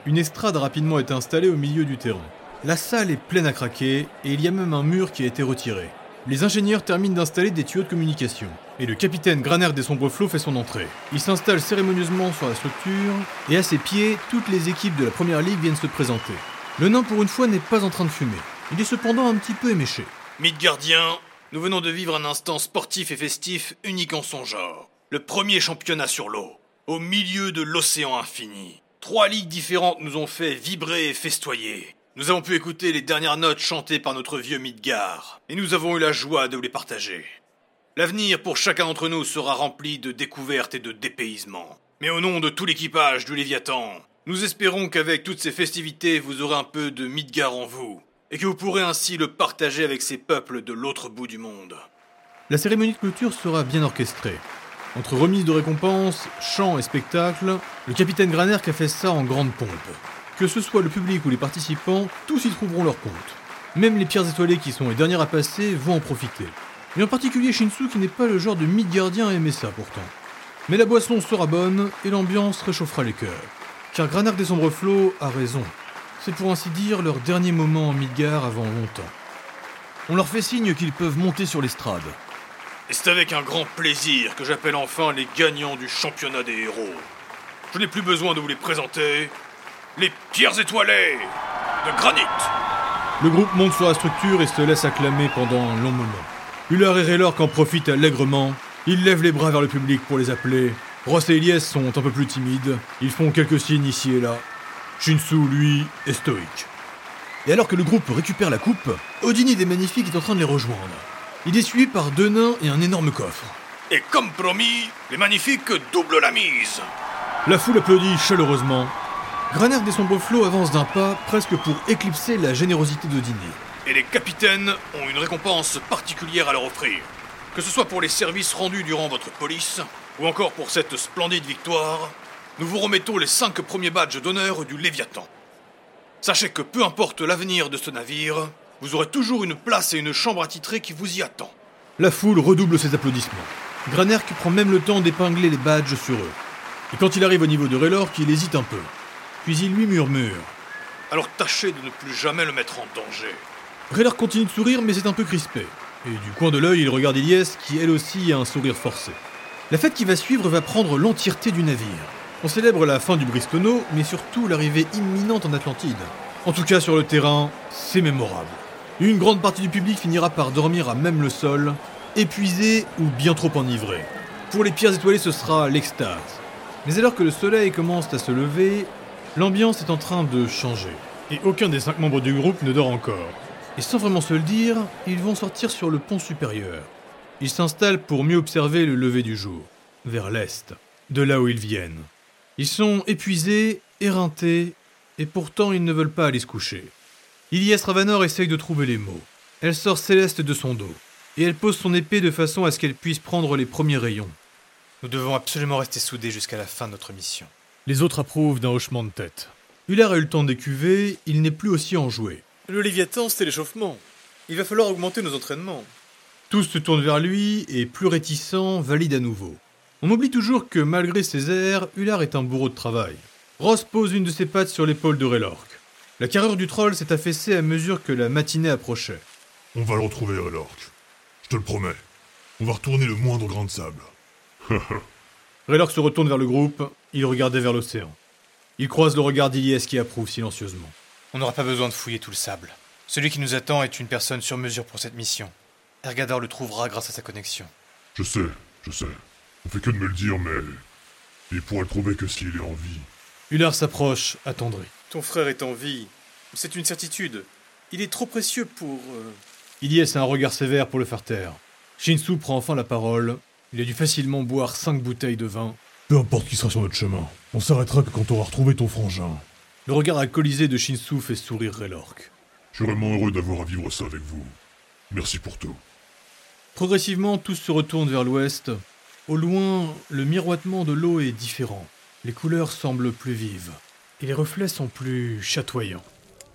Une estrade a rapidement été installée au milieu du terrain. La salle est pleine à craquer et il y a même un mur qui a été retiré. Les ingénieurs terminent d'installer des tuyaux de communication. Et le capitaine Graner des Sombres Flots fait son entrée. Il s'installe cérémonieusement sur la structure et à ses pieds, toutes les équipes de la première ligue viennent se présenter. Le nain pour une fois n'est pas en train de fumer. Il est cependant un petit peu éméché. Midgardien, nous venons de vivre un instant sportif et festif unique en son genre. Le premier championnat sur l'eau, au milieu de l'océan infini. 3 ligues différentes nous ont fait vibrer et festoyer. Nous avons pu écouter les dernières notes chantées par notre vieux Midgard, et nous avons eu la joie de vous les partager. L'avenir pour chacun d'entre nous sera rempli de découvertes et de dépaysement. Mais au nom de tout l'équipage du Léviathan, nous espérons qu'avec toutes ces festivités, vous aurez un peu de Midgard en vous, et que vous pourrez ainsi le partager avec ces peuples de l'autre bout du monde. La cérémonie de clôture sera bien orchestrée. Entre remise de récompenses, chants et spectacles, le capitaine Graner a fait ça en grande pompe. Que ce soit le public ou les participants, tous y trouveront leur compte. Même les pierres étoilées qui sont les dernières à passer vont en profiter. Et en particulier Shinsu qui n'est pas le genre de Midgardien à aimer ça pourtant. Mais la boisson sera bonne et l'ambiance réchauffera les cœurs. Car Graner des Sombres Flots a raison. C'est pour ainsi dire leur dernier moment en Midgard avant longtemps. On leur fait signe qu'ils peuvent monter sur l'estrade. Et c'est avec un grand plaisir que j'appelle enfin les gagnants du championnat des héros. Je n'ai plus besoin de vous les présenter. Les pierres étoilées de granit. Le groupe monte sur la structure et se laisse acclamer pendant un long moment. Ular et Raylork en profitent allègrement. Ils lèvent les bras vers le public pour les appeler. Ross et Ilyes sont un peu plus timides. Ils font quelques signes ici et là. Shinsu, lui, est stoïque. Et alors que le groupe récupère la coupe, Odini des Magnifiques est en train de les rejoindre. Il est suivi par 2 nains et un énorme coffre. Et comme promis, les magnifiques doublent la mise. La foule applaudit chaleureusement. Graner des Sombres Flots avance d'un pas, presque pour éclipser la générosité d'Odini. Et les capitaines ont une récompense particulière à leur offrir. Que ce soit pour les services rendus durant votre police, ou encore pour cette splendide victoire, nous vous remettons les 5 premiers badges d'honneur du Léviathan. Sachez que peu importe l'avenir de ce navire, vous aurez toujours une place et une chambre attitrée qui vous y attend. La foule redouble ses applaudissements. Graner qui prend même le temps d'épingler les badges sur eux. Et quand il arrive au niveau de Raylork, il hésite un peu. Puis il lui murmure. Alors tâchez de ne plus jamais le mettre en danger. Raylork continue de sourire mais c'est un peu crispé. Et du coin de l'œil, il regarde Ilyes qui elle aussi a un sourire forcé. La fête qui va suivre va prendre l'entièreté du navire. On célèbre la fin du Bristono, mais surtout l'arrivée imminente en Atlantide. En tout cas sur le terrain, c'est mémorable. Une grande partie du public finira par dormir à même le sol, épuisé ou bien trop enivré. Pour les pierres étoilées, ce sera l'extase. Mais alors que le soleil commence à se lever, l'ambiance est en train de changer. Et aucun des 5 membres du groupe ne dort encore. Et sans vraiment se le dire, ils vont sortir sur le pont supérieur. Ils s'installent pour mieux observer le lever du jour, vers l'est, de là où ils viennent. Ils sont épuisés, éreintés, et pourtant ils ne veulent pas aller se coucher. Ilyes Ravanor essaye de trouver les mots. Elle sort Céleste de son dos, et elle pose son épée de façon à ce qu'elle puisse prendre les premiers rayons. Nous devons absolument rester soudés jusqu'à la fin de notre mission. Les autres approuvent d'un hochement de tête. Ular a eu le temps d'écuver, il n'est plus aussi enjoué. Le Léviathan, c'était l'échauffement. Il va falloir augmenter nos entraînements. Tous se tournent vers lui et, plus réticents, valident à nouveau. On oublie toujours que malgré ses airs, Ular est un bourreau de travail. Ross pose une de ses pattes sur l'épaule de Raylork. La carrure du troll s'est affaissée à mesure que la matinée approchait. On va le retrouver, Raylork. Je te le promets. On va retourner le moindre grain de sable. Raylork se retourne vers le groupe, il regardait vers l'océan. Il croise le regard d'Ilyes qui approuve silencieusement. On n'aura pas besoin de fouiller tout le sable. Celui qui nous attend est une personne sur mesure pour cette mission. Ergador le trouvera grâce à sa connexion. Je sais. On fait que de me le dire, mais... il pourrait le trouver que s'il est en vie. Ular s'approche, attendri. Ton frère est en vie. C'est une certitude. Il est trop précieux pour... Ilyes a un regard sévère pour le faire taire. Shinsu prend enfin la parole. Il a dû facilement boire 5 bouteilles de vin. Peu importe qui sera sur notre chemin. On s'arrêtera que quand on aura retrouvé ton frangin. Le regard alcoolisé de Shinsu fait sourire Raylork. Je suis vraiment heureux d'avoir à vivre ça avec vous. Merci pour tout. Progressivement, tous se retournent vers l'ouest. Au loin, le miroitement de l'eau est différent. Les couleurs semblent plus vives. Et les reflets sont plus chatoyants.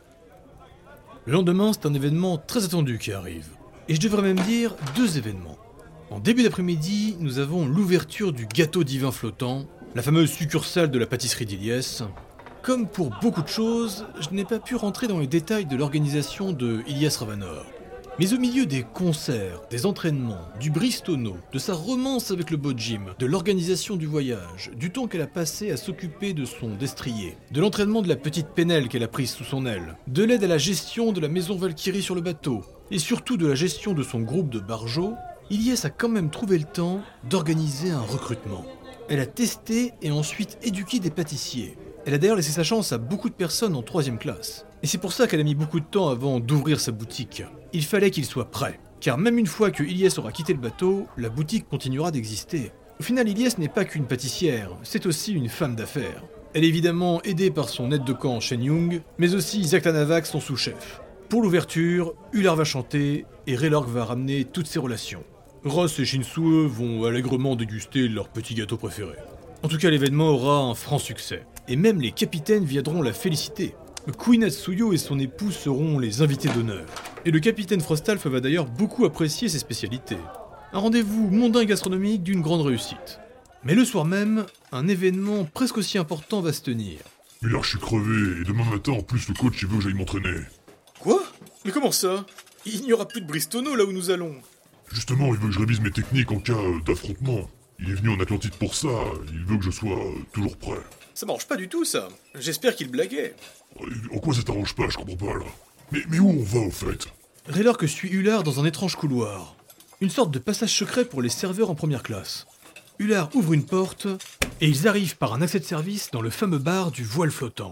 Le lendemain, c'est un événement très attendu qui arrive. Et je devrais même dire 2 événements. En début d'après-midi, nous avons l'ouverture du gâteau divin flottant, la fameuse succursale de la pâtisserie d'Ilyes. Comme pour beaucoup de choses, je n'ai pas pu rentrer dans les détails de l'organisation de Ilyas Ravanor. Mais au milieu des concerts, des entraînements, du Bristono, de sa romance avec le Bojim, de l'organisation du voyage, du temps qu'elle a passé à s'occuper de son destrier, de l'entraînement de la petite Pénelle qu'elle a prise sous son aile, de l'aide à la gestion de la maison Valkyrie sur le bateau, et surtout de la gestion de son groupe de barjots, Ilyas a quand même trouvé le temps d'organiser un recrutement. Elle a testé et ensuite éduqué des pâtissiers. Elle a d'ailleurs laissé sa chance à beaucoup de personnes en 3e classe. Et c'est pour ça qu'elle a mis beaucoup de temps avant d'ouvrir sa boutique. Il fallait qu'il soit prêt, car même une fois que Ilyas aura quitté le bateau, la boutique continuera d'exister. Au final, Ilyas n'est pas qu'une pâtissière, c'est aussi une femme d'affaires. Elle est évidemment aidée par son aide de camp Shen Yung, mais aussi Isaac Tanavak, son sous-chef. Pour l'ouverture, Ular va chanter et Raylork va ramener toutes ses relations. Ross et Shinsu vont allègrement déguster leur petit gâteau préféré. En tout cas, l'événement aura un franc succès. Et même les capitaines viendront la féliciter. Queen Atsuyo et son époux seront les invités d'honneur. Et le capitaine Frostalf va d'ailleurs beaucoup apprécier ses spécialités. Un rendez-vous mondain et gastronomique d'une grande réussite. Mais le soir même, un événement presque aussi important va se tenir. Ular, je suis crevé, et demain matin, en plus, le coach, il veut que j'aille m'entraîner. Quoi? Mais comment ça? Il n'y aura plus de Bristono là où nous allons. Justement, il veut que je révise mes techniques en cas d'affrontement. Il est venu en Atlantide pour ça, il veut que je sois toujours prêt. Ça m'arrange pas du tout ça. J'espère qu'il blaguait. En quoi ça t'arrange pas, je comprends pas là. Mais où on va au fait? Raylork suit Ular dans un étrange couloir. Une sorte de passage secret pour les serveurs en première classe. Ular ouvre une porte, et ils arrivent par un accès de service dans le fameux bar du voile flottant.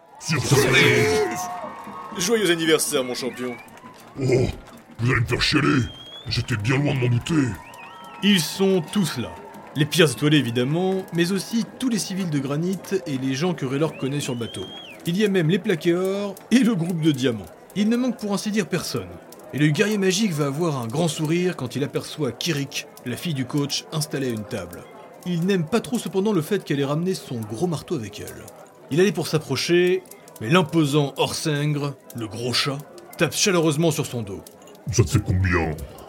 Joyeux anniversaire mon champion. Oh, vous allez me faire chialer. J'étais bien loin de m'en douter. Ils sont tous là. Les pires étoilés évidemment, mais aussi tous les civils de granit et les gens que Raylork connaît sur le bateau. Il y a même les plaqués or et le groupe de diamants. Il ne manque pour ainsi dire personne. Et le guerrier magique va avoir un grand sourire quand il aperçoit Kirik, la fille du coach, installée à une table. Il n'aime pas trop cependant le fait qu'elle ait ramené son gros marteau avec elle. Il allait pour s'approcher, mais l'imposant Orsengre, le gros chat, tape chaleureusement sur son dos. Ça te fait combien?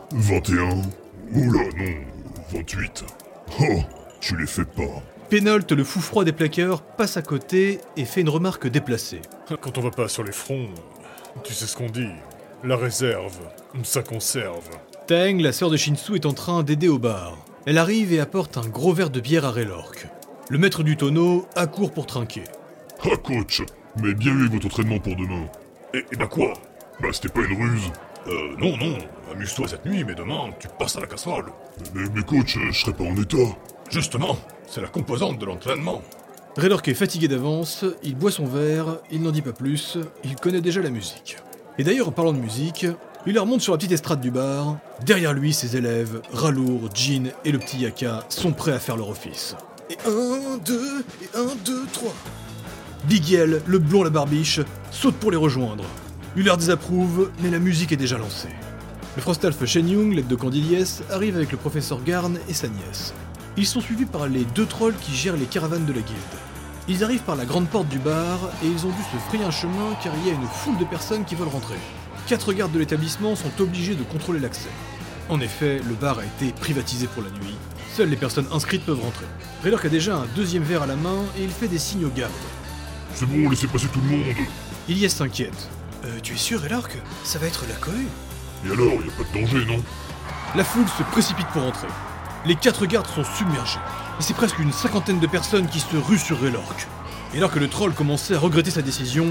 21? Oula, non, 28. Oh, tu les fais pas. Pénolte, le fou froid des plaqueurs, passe à côté et fait une remarque déplacée. Quand on va pas sur les fronts, tu sais ce qu'on dit. La réserve, ça conserve. Tang, la sœur de Shinsu, est en train d'aider au bar. Elle arrive et apporte un gros verre de bière à Raylork. Le maître du tonneau accourt pour trinquer. Ah coach, mais bien eu avec votre entraînement pour demain. Et bah quoi? Bah c'était pas une ruse. Non, amuse-toi cette nuit, mais demain, tu passes à la casserole. Mais coach, je serais pas en état. Justement, c'est la composante de l'entraînement. Raylork est fatigué d'avance, il boit son verre, il n'en dit pas plus, il connaît déjà la musique. Et d'ailleurs, en parlant de musique, il remonte sur la petite estrade du bar. Derrière lui, ses élèves, Ralour, Jin et le petit Yaka, sont prêts à faire leur office. Et 1, 2, et 1, 2, 3. Big Yel, le blond la barbiche, saute pour les rejoindre. Ular désapprouve, mais la musique est déjà lancée. Le Frostalf Shen Yung, l'aide de Candidiès, arrive avec le professeur Garn et sa nièce. Ils sont suivis par les 2 trolls qui gèrent les caravanes de la guilde. Ils arrivent par la grande porte du bar et ils ont dû se frayer un chemin car il y a une foule de personnes qui veulent rentrer. 4 gardes de l'établissement sont obligés de contrôler l'accès. En effet, le bar a été privatisé pour la nuit. Seules les personnes inscrites peuvent rentrer. Raylork a déjà un 2e verre à la main et il fait des signes aux gardes. C'est bon, laissez passer tout le monde. Ilyes s'inquiète. Tu es sûr, Raylork? Ça va être la cohue? Et alors, y a pas de danger, non? La foule se précipite pour entrer. Les 4 gardes sont submergés. Et c'est presque une 50aine de personnes qui se ruent sur Raylork. Et alors que le troll commençait à regretter sa décision...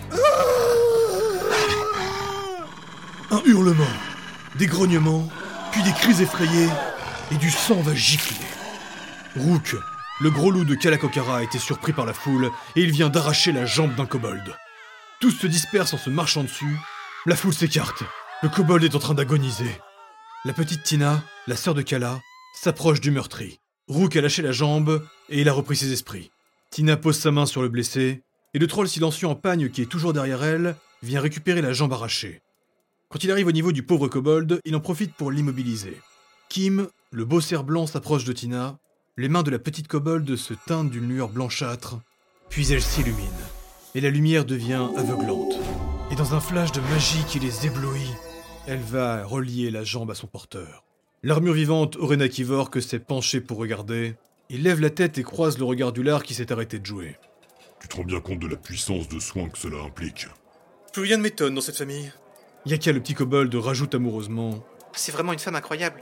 Un hurlement, des grognements, puis des cris effrayés, et du sang va gicler. Rook, le gros loup de Kalakokara, a été surpris par la foule, et il vient d'arracher la jambe d'un kobold. Tous se dispersent en se marchant dessus. La foule s'écarte. Le kobold est en train d'agoniser. La petite Tina, la sœur de Kala, s'approche du meurtri. Rook a lâché la jambe, et il a repris ses esprits. Tina pose sa main sur le blessé, et le troll silencieux en pagne qui est toujours derrière elle, vient récupérer la jambe arrachée. Quand il arrive au niveau du pauvre kobold, il en profite pour l'immobiliser. Kim, le beau cerf blanc, s'approche de Tina. Les mains de la petite kobold se teintent d'une lueur blanchâtre, puis elle s'illumine, et la lumière devient aveuglante. Et dans un flash de magie qui les éblouit, elle va relier la jambe à son porteur. L'armure vivante Orena Kivork s'est penchée pour regarder. Il lève la tête et croise le regard du lard qui s'est arrêté de jouer. Tu te rends bien compte de la puissance de soin que cela implique. Plus rien ne m'étonne dans cette famille. Yaka, le petit kobold, rajoute amoureusement. C'est vraiment une femme incroyable.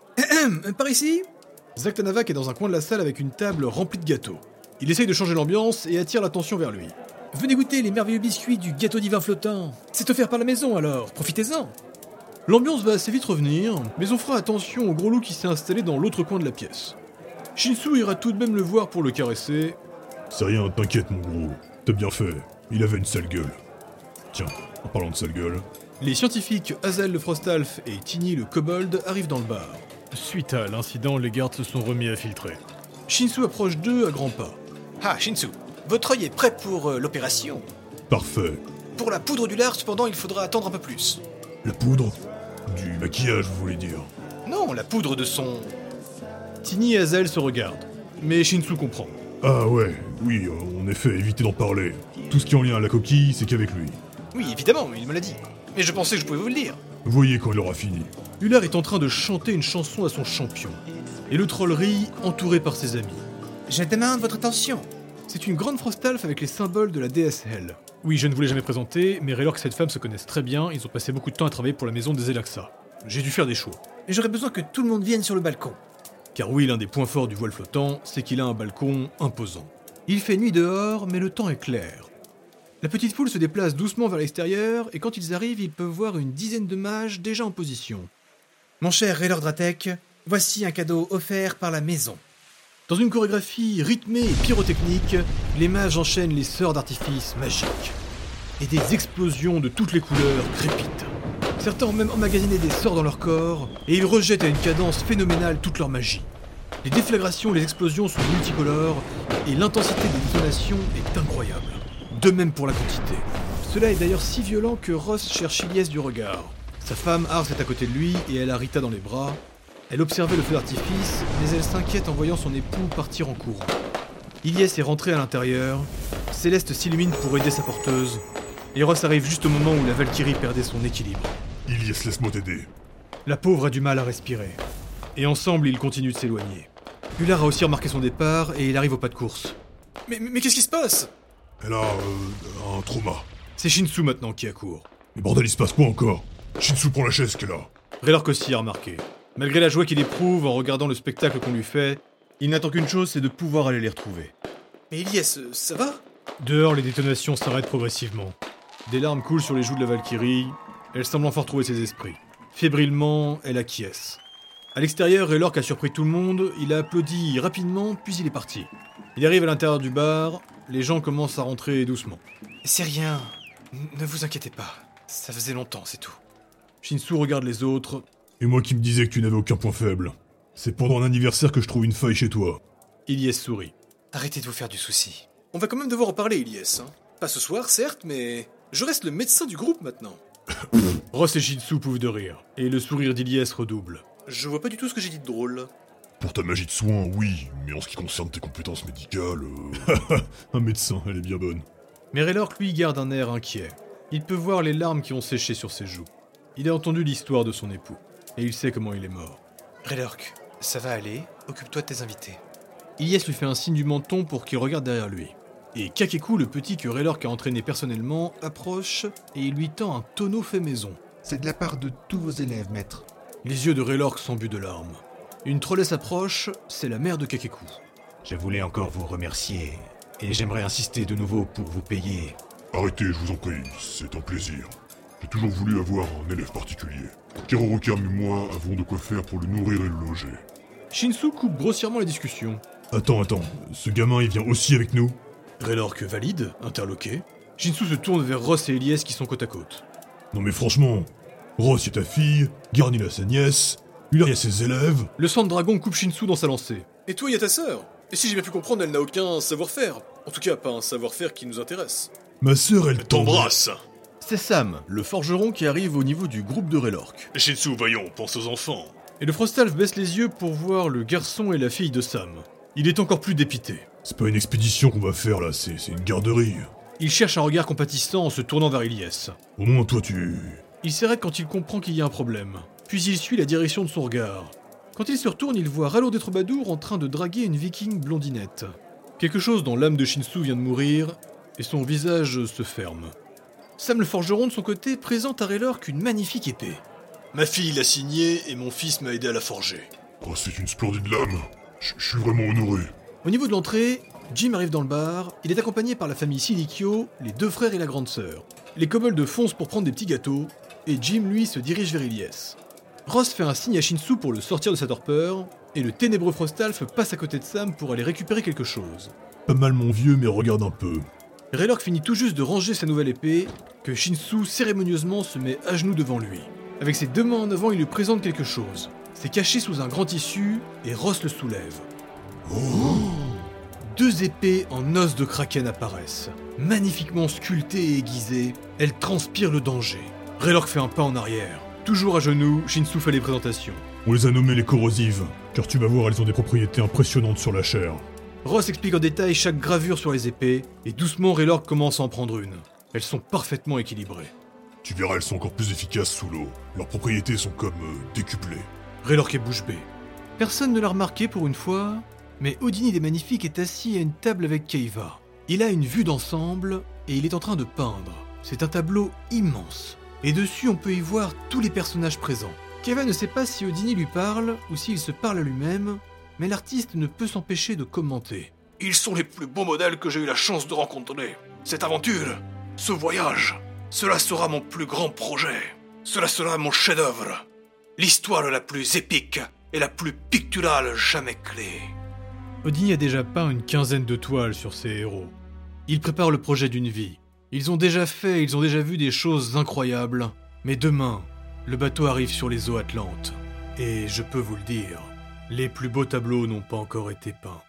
Par ici Zaktanavak est dans un coin de la salle avec une table remplie de gâteaux. Il essaye de changer l'ambiance et attire l'attention vers lui. Venez goûter les merveilleux biscuits du gâteau divin flottant. C'est offert par la maison alors, profitez-en. L'ambiance va assez vite revenir, mais on fera attention au gros loup qui s'est installé dans l'autre coin de la pièce. Shinsu ira tout de même le voir pour le caresser. C'est rien, t'inquiète mon gros. T'as bien fait. Il avait une sale gueule. Tiens, en parlant de sale gueule... Les scientifiques Hazel le Frostalf et Tini le kobold arrivent dans le bar. Suite à l'incident, les gardes se sont remis à filtrer. Shinsu approche d'eux à grands pas. Ah, Shinsu, votre œil est prêt pour l'opération. Parfait. Pour la poudre du lard, cependant, il faudra attendre un peu plus. La poudre? Du maquillage, vous voulez dire? Non, la poudre de son... Tini et Hazel se regardent, mais Shinsu comprend. Ah ouais, oui, en effet, évitez d'en parler. Tout ce qui est en lien à la coquille, c'est qu'avec lui. Oui, évidemment, il me l'a dit. Mais je pensais que je pouvais vous le dire. Voyez quand il aura fini. Ular est en train de chanter une chanson à son champion. Et le troll rit, entouré par ses amis. Je demande votre attention. C'est une grande Frostalf avec les symboles de la déesse Hel. Oui, je ne vous l'ai jamais présenté, mais Raylork et cette femme se connaissent très bien, ils ont passé beaucoup de temps à travailler pour la maison des Elaxa. J'ai dû faire des choix. Et j'aurais besoin que tout le monde vienne sur le balcon. Car oui, l'un des points forts du voile flottant, c'est qu'il a un balcon imposant. Il fait nuit dehors, mais le temps est clair. La petite foule se déplace doucement vers l'extérieur, et quand ils arrivent, ils peuvent voir une dizaine de mages déjà en position. Mon cher Raylord Dratek, voici un cadeau offert par la maison. Dans une chorégraphie rythmée et pyrotechnique, les mages enchaînent les sorts d'artifice magiques. Et des explosions de toutes les couleurs crépitent. Certains ont même emmagasiné des sorts dans leur corps, et ils rejettent à une cadence phénoménale toute leur magie. Les déflagrations et les explosions sont multicolores, et l'intensité des détonations est incroyable. De même pour la quantité. Cela est d'ailleurs si violent que Ross cherche Ilyes du regard. Sa femme, Ars, est à côté de lui, et elle a Rita dans les bras. Elle observait le feu d'artifice, mais elle s'inquiète en voyant son époux partir en courant. Ilyes est rentré à l'intérieur, Céleste s'illumine pour aider sa porteuse, et Ross arrive juste au moment où la Valkyrie perdait son équilibre. Ilyes, laisse-moi t'aider. La pauvre a du mal à respirer. Et ensemble, ils continuent de s'éloigner. Ular a aussi remarqué son départ, et il arrive au pas de course. Mais qu'est-ce qui se passe? Elle a un trauma. C'est Shinsu maintenant qui accourt. Mais bordel, il se passe quoi encore? Shinsu prend la chaise qu'elle a. Raylork aussi a remarqué. Malgré la joie qu'il éprouve en regardant le spectacle qu'on lui fait, il n'attend qu'une chose, c'est de pouvoir aller les retrouver. Mais Ilyes, ça va? Dehors, les détonations s'arrêtent progressivement. Des larmes coulent sur les joues de la Valkyrie, elle semble enfin retrouver ses esprits. Fébrilement, elle acquiesce. À l'extérieur, Raylork a surpris tout le monde, il a applaudi rapidement, puis il est parti. Il arrive à l'intérieur du bar, les gens commencent à rentrer doucement. C'est rien. Ne vous inquiétez pas. Ça faisait longtemps, c'est tout. Shinsu regarde les autres. Et moi qui me disais que tu n'avais aucun point faible. C'est pendant un anniversaire que je trouve une faille chez toi. Ilyes sourit. Arrêtez de vous faire du souci. On va quand même devoir en parler, Ilyes. Hein. Pas ce soir, certes, mais je reste le médecin du groupe maintenant. Ross et Shinsu pouffent de rire, et le sourire d'Ilyes redouble. Je vois pas du tout ce que j'ai dit de drôle. Pour ta magie de soin, oui, mais en ce qui concerne tes compétences médicales... Un médecin, elle est bien bonne. Mais Raylork, lui, garde un air inquiet. Il peut voir les larmes qui ont séché sur ses joues. Il a entendu l'histoire de son époux, et il sait comment il est mort. Raylork, ça va aller, occupe-toi de tes invités. Ilyes lui fait un signe du menton pour qu'il regarde derrière lui. Et Kakeku, le petit que Raylork a entraîné personnellement, approche et il lui tend un tonneau fait maison. C'est de la part de tous vos élèves, maître. Les yeux de Raylork s'embuent de larmes. Une trollesse approche, c'est la mère de Kakeku. Je voulais encore vous remercier, et j'aimerais insister de nouveau pour vous payer. Arrêtez, je vous en prie, c'est un plaisir. J'ai toujours voulu avoir un élève particulier. Kerorokam et moi avons de quoi faire pour le nourrir et le loger. Shinsu coupe grossièrement la discussion. Attends, ce gamin il vient aussi avec nous? Raylork valide, interloqué. Shinsu se tourne vers Ross et Ilyes qui sont côte à côte. Non mais franchement, Ross est ta fille, Garnil a sa nièce, Ular y a ses élèves... Le sang de dragon coupe Shinsu dans sa lancée. Et toi, il y a ta sœur. Et si j'ai bien pu comprendre, elle n'a aucun savoir-faire. En tout cas, pas un savoir-faire qui nous intéresse. Ma sœur, elle T'embrasse. C'est Sam, le forgeron qui arrive au niveau du groupe de Raylork. Shinsu, voyons, pense aux enfants. Et le Frostalf baisse les yeux pour voir le garçon et la fille de Sam. Il est encore plus dépité. C'est pas une expédition qu'on va faire là, c'est une garderie. Il cherche un regard compatissant en se tournant vers Ilyes. Au moins toi tu... Il s'arrête quand il comprend qu'il y a un problème. Puis il suit la direction de son regard. Quand il se retourne, il voit Ralour des Troubadours en train de draguer une viking blondinette. Quelque chose dans l'âme de Shinsu vient de mourir, et son visage se ferme. Sam le forgeron, de son côté, présente à Raylork une magnifique épée. Ma fille l'a signée et mon fils m'a aidé à la forger. Oh, c'est une splendide lame. Je suis vraiment honoré. Au niveau de l'entrée, Jim arrive dans le bar, il est accompagné par la famille Silicchio, les 2 frères et la grande sœur. Les kobolds foncent pour prendre des petits gâteaux, et Jim, lui, se dirige vers Ilyes. Ross fait un signe à Shinsu pour le sortir de sa torpeur, et le ténébreux Frostalf passe à côté de Sam pour aller récupérer quelque chose. Pas mal mon vieux, mais regarde un peu. Raylork finit tout juste de ranger sa nouvelle épée, que Shinsu cérémonieusement se met à genoux devant lui. Avec ses 2 mains en avant, il lui présente quelque chose. C'est caché sous un grand tissu, et Ross le soulève. Oh 2 épées en os de kraken apparaissent. Magnifiquement sculptées et aiguisées, elles transpirent le danger. Raylork fait un pas en arrière. Toujours à genoux, Shinsu fait les présentations. On les a nommées les corrosives, car tu vas voir, elles ont des propriétés impressionnantes sur la chair. Ross explique en détail chaque gravure sur les épées, et doucement Raylork commence à en prendre une. Elles sont parfaitement équilibrées. Tu verras, elles sont encore plus efficaces sous l'eau. Leurs propriétés sont comme décuplées. Raylork est bouche bée. Personne ne l'a remarqué pour une fois, mais Houdini des Magnifiques est assis à une table avec Keiva. Il a une vue d'ensemble, et il est en train de peindre. C'est un tableau immense, et dessus on peut y voir tous les personnages présents. Keiva ne sait pas si Houdini lui parle, ou s'il se parle à lui-même, mais l'artiste ne peut s'empêcher de commenter. Ils sont les plus beaux modèles que j'ai eu la chance de rencontrer. Cette aventure, ce voyage, cela sera mon plus grand projet. Cela sera mon chef-d'œuvre. L'histoire la plus épique et la plus picturale jamais créée. Houdini a déjà peint une 15aine de toiles sur ses héros. Il prépare le projet d'une vie. Ils ont déjà vu des choses incroyables. Mais demain, le bateau arrive sur les eaux atlantes. Et je peux vous le dire, les plus beaux tableaux n'ont pas encore été peints.